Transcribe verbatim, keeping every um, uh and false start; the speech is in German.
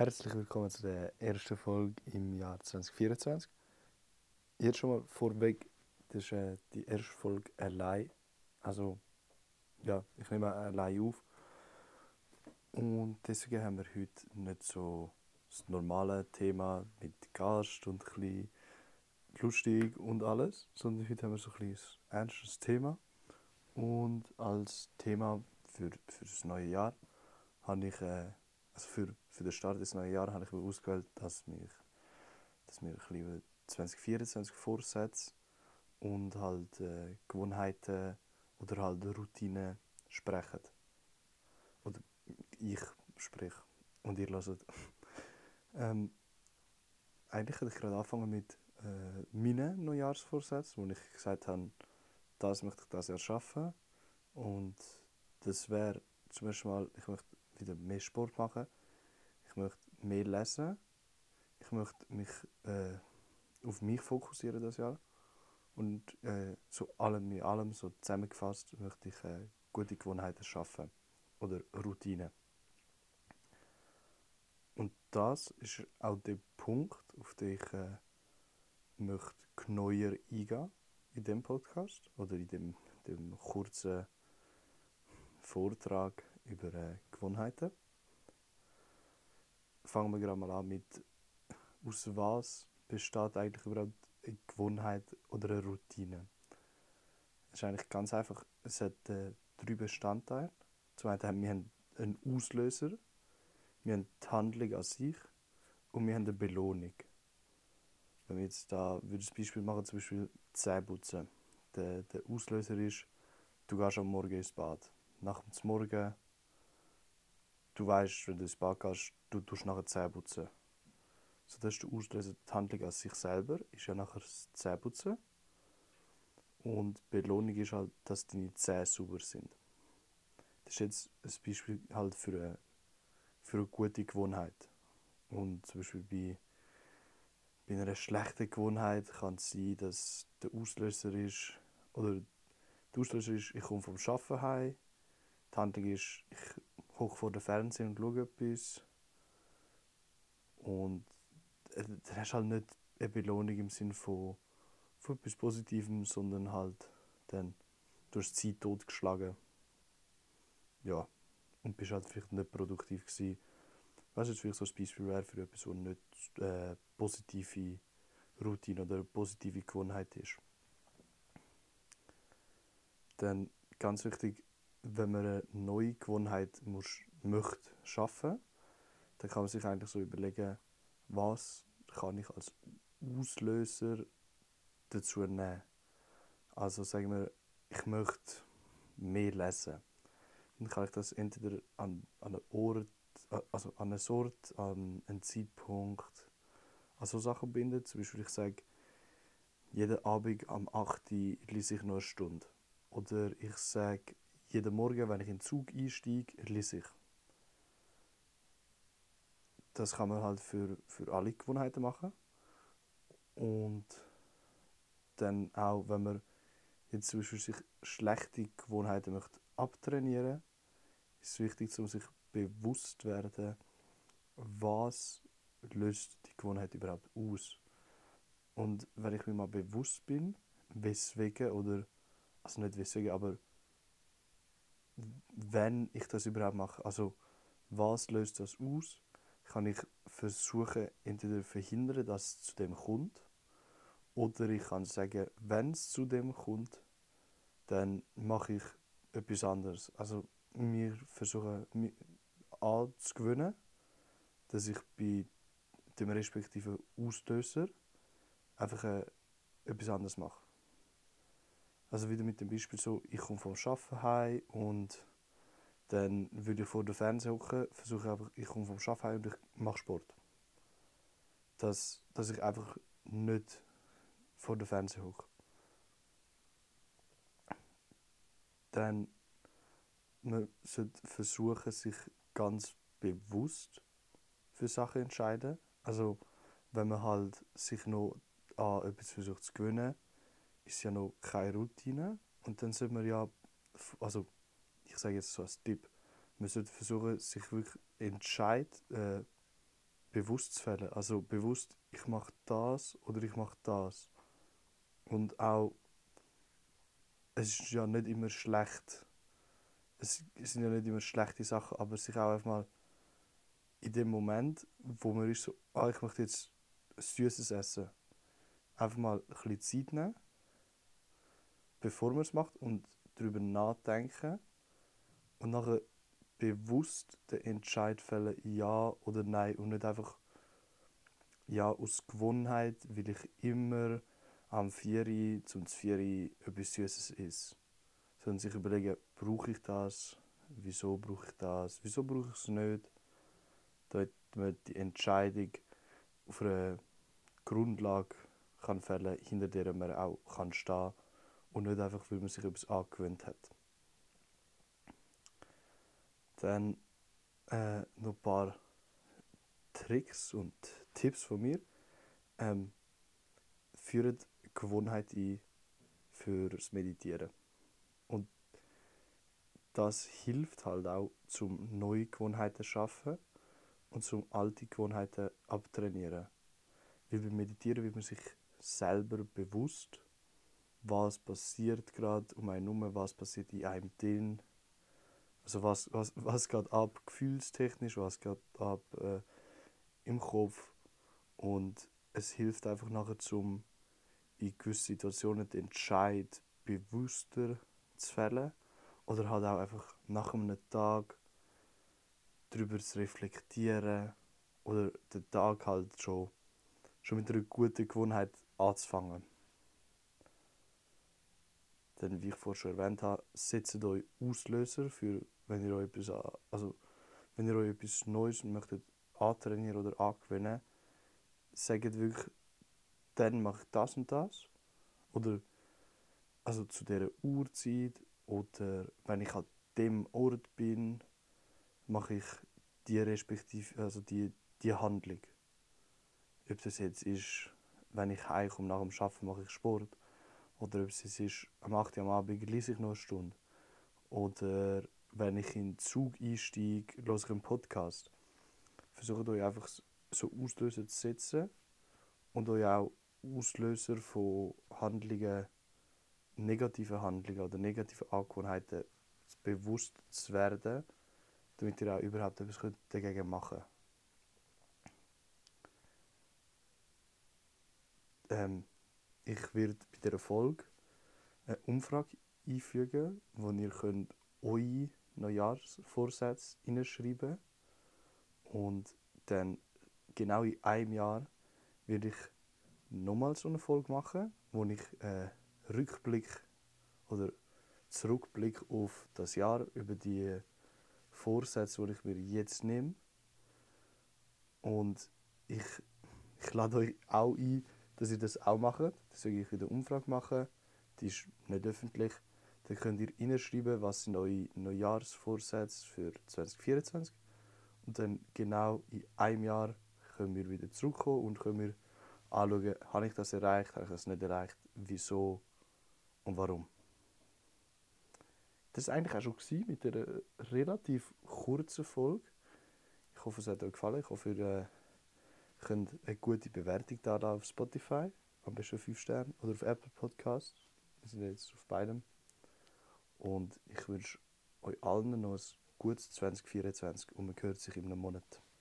Herzlich willkommen zu der ersten Folge im Jahr zwanzig vierundzwanzig. Jetzt schon mal vorweg, das ist äh, die erste Folge allein. Also, ja, ich nehme allein auf. Und deswegen haben wir heute nicht so das normale Thema mit Gast und ein bisschen lustig und alles, sondern heute haben wir so ein bisschen ein ernstes Thema. Und als Thema für, für das neue Jahr habe ich, äh, also für, für den Start des neuen Jahres habe ich mir ausgewählt, dass mich dass wir ein bisschen über zwanzig vierundzwanzig Vorsätze und halt äh, Gewohnheiten oder halt Routinen sprechen. Oder ich spreche und ihr hört. ähm, eigentlich hätte ich gerade angefangen mit äh, meinen Neujahrsvorsätzen, wo ich gesagt habe, das möchte ich das Jahr schaffen. Und das wäre zum ersten Mal, ich möchte wieder mehr Sport machen, ich möchte mehr lesen, ich möchte mich äh, auf mich fokussieren das Jahr. Und äh, so allem in allem, so zusammengefasst, möchte ich äh, gute Gewohnheiten schaffen. Oder Routinen. Und das ist auch der Punkt, auf den ich äh, möchte genauer eingehen in diesem Podcast. Oder in dem, dem kurzen Vortrag über äh, Gewohnheiten. Fangen wir gerade mal an mit, aus was besteht eigentlich überhaupt eine Gewohnheit oder eine Routine? Es ist eigentlich ganz einfach, es hat äh, drei Bestandteile. Zum einen haben wir einen Auslöser, wir haben die Handlung an sich und wir haben eine Belohnung. Wenn wir jetzt da würde das Beispiel machen, zum Beispiel Zähneputzen. Der, der Auslöser ist, du gehst am Morgen ins Bad. Nach dem Morgen, du weißt, wenn du ins Bad gehst, du tust nachher Zähne putzen. So, das ist der Auslöser. Die Handlung an sich selber ist ja nachher das Zähneputzen. Und die Belohnung ist halt, dass deine Zähne sauber sind. Das ist jetzt ein Beispiel halt für eine, für eine gute Gewohnheit. Und zum Beispiel bei, bei einer schlechten Gewohnheit kann es sein, dass der Auslöser ist, oder der Auslöser ist, ich komme vom Arbeiten heim, die Handlung ist, ich hocke vor dem Fernseher und schaue etwas. Und äh, dann hast du halt nicht eine Belohnung im Sinne von, von etwas Positivem, sondern halt dann, du hast die Zeit totgeschlagen. Ja, und bist halt vielleicht nicht produktiv gewesen. Was jetzt vielleicht so ein Beispiel wäre für etwas, was nicht äh, positive Routine oder eine positive Gewohnheit ist. Dann ganz wichtig, wenn man eine neue Gewohnheit muss, möchte schaffen, dann kann man sich eigentlich so überlegen, was kann ich als Auslöser dazu nehmen. Also sagen wir, ich möchte mehr lesen. Dann kann ich das entweder an, an einen Ort, also an einen Ort, an einen Zeitpunkt, an so Sachen binden. Zum Beispiel, ich sage, jeden Abend am acht Uhr lese ich noch eine Stunde. Oder ich sage, jeden Morgen, wenn ich in den Zug einsteige, lese ich. Das kann man halt für, für alle Gewohnheiten machen. Und dann auch, wenn man jetzt zum Beispiel sich schlechte Gewohnheiten möchte abtrainieren, ist es wichtig, um sich bewusst zu werden, was löst die Gewohnheit überhaupt aus. Und wenn ich mir mal bewusst bin, weswegen oder, also nicht weswegen, aber wenn ich das überhaupt mache, also was löst das aus, kann ich versuchen, entweder verhindern, dass es zu dem kommt, oder ich kann sagen, wenn es zu dem kommt, dann mache ich etwas anderes. Also wir versuchen mich anzugewöhnen, dass ich bei dem respektiven Auslöser einfach äh, etwas anderes mache. Also wieder mit dem Beispiel so, ich komme vom Arbeiten heim und dann würde ich vor dem Fernseher hocken, versuche einfach, ich komme vom Arbeiten heim und ich mache Sport. Dass, dass ich einfach nicht vor dem Fernseher hocke. Dann man sollte versuchen, sich ganz bewusst für Sachen zu entscheiden. Also wenn man halt sich noch an etwas versucht zu gewöhnen, ist ja noch keine Routine. Und dann sollte man ja, also ich sage jetzt so als Tipp, man sollte versuchen, sich wirklich entscheid, äh, bewusst zu fällen. Also bewusst, ich mache das oder ich mache das. Und auch, es ist ja nicht immer schlecht, es sind ja nicht immer schlechte Sachen, aber sich auch einfach mal in dem Moment, wo man ist so, ah, ich möchte jetzt Süßes essen, einfach mal ein bisschen Zeit nehmen, bevor man es macht und darüber nachdenken und nachher bewusst den Entscheid fällen, ja oder nein und nicht einfach ja aus Gewohnheit, weil ich immer am vier Uhr zum vier Uhr etwas Süßes esse. Sondern sich überlegen, brauche ich das? Wieso brauche ich das? Wieso brauche ich es nicht? Damit man die Entscheidung auf einer Grundlage kann fällen, hinter der man auch kann stehen und nicht einfach, weil man sich etwas angewöhnt hat. Dann äh, noch ein paar Tricks und Tipps von mir. Ähm, führt Gewohnheit ein fürs Meditieren. Und das hilft halt auch zum neue Gewohnheiten zu schaffen und zum alte Gewohnheiten abtrainieren. Weil beim Meditieren wird man sich selber bewusst, was passiert gerade um einen herum, was passiert in einem drin. Also was, was, was geht ab gefühlstechnisch, was geht ab äh, im Kopf. Und es hilft einfach nachher zum in gewissen Situationen den Entscheid bewusster zu fällen. Oder halt auch einfach nach einem Tag darüber zu reflektieren. Oder den Tag halt schon, schon mit einer guten Gewohnheit anzufangen. Denn wie ich vorhin schon erwähnt habe, setzt euch Auslöser für, wenn ihr euch etwas, also wenn ihr euch etwas Neues möchtet antrainieren oder angewöhnen, sagt wirklich, dann mache ich das und das. Oder also zu dieser Uhrzeit. Oder wenn ich an dem Ort bin, mache ich die respektive, also die, die Handlung. Ob das jetzt ist, wenn ich heimkomme nach dem Arbeiten, mache ich Sport. Oder ob es ist, am acht Uhr am Abend lese ich noch eine Stunde. Oder wenn ich in den Zug einsteige, höre ich einen Podcast. Versucht euch einfach so Auslöser zu setzen und euch auch Auslöser von Handlungen, negativen Handlungen oder negativen Angewohnheiten bewusst zu werden, damit ihr auch überhaupt etwas dagegen machen könnt. Ähm, ich werde bei dieser Folge eine Umfrage einfügen, wo ihr könnt eure Neujahrsvorsätze hineinschreiben könnt. Und dann genau in einem Jahr werde ich nochmal so eine Folge machen, wo ich äh, Rückblick oder Zurückblick auf das Jahr über die Vorsätze, die ich mir jetzt nehme. Und ich, ich lade euch auch ein, dass ihr das auch macht. Deswegen ich wieder eine Umfrage machen. Die ist nicht öffentlich. Dann könnt ihr reinschreiben, was sind eure Neujahrsvorsätze für zwanzig vierundzwanzig. Und dann genau in einem Jahr können wir wieder zurückkommen und können wir anschauen, habe ich das erreicht, habe ich das nicht erreicht, wieso und warum. Das war eigentlich auch schon mit einer relativ kurzen Folge. Ich hoffe, es hat euch gefallen. Ich hoffe, ihr äh, könnt eine gute Bewertung da auf Spotify, am besten fünf Sterne, oder auf Apple Podcasts. Wir sind jetzt auf beidem. Und ich wünsche euch allen noch ein gutes zwanzig vierundzwanzig und man hört sich in einem Monat.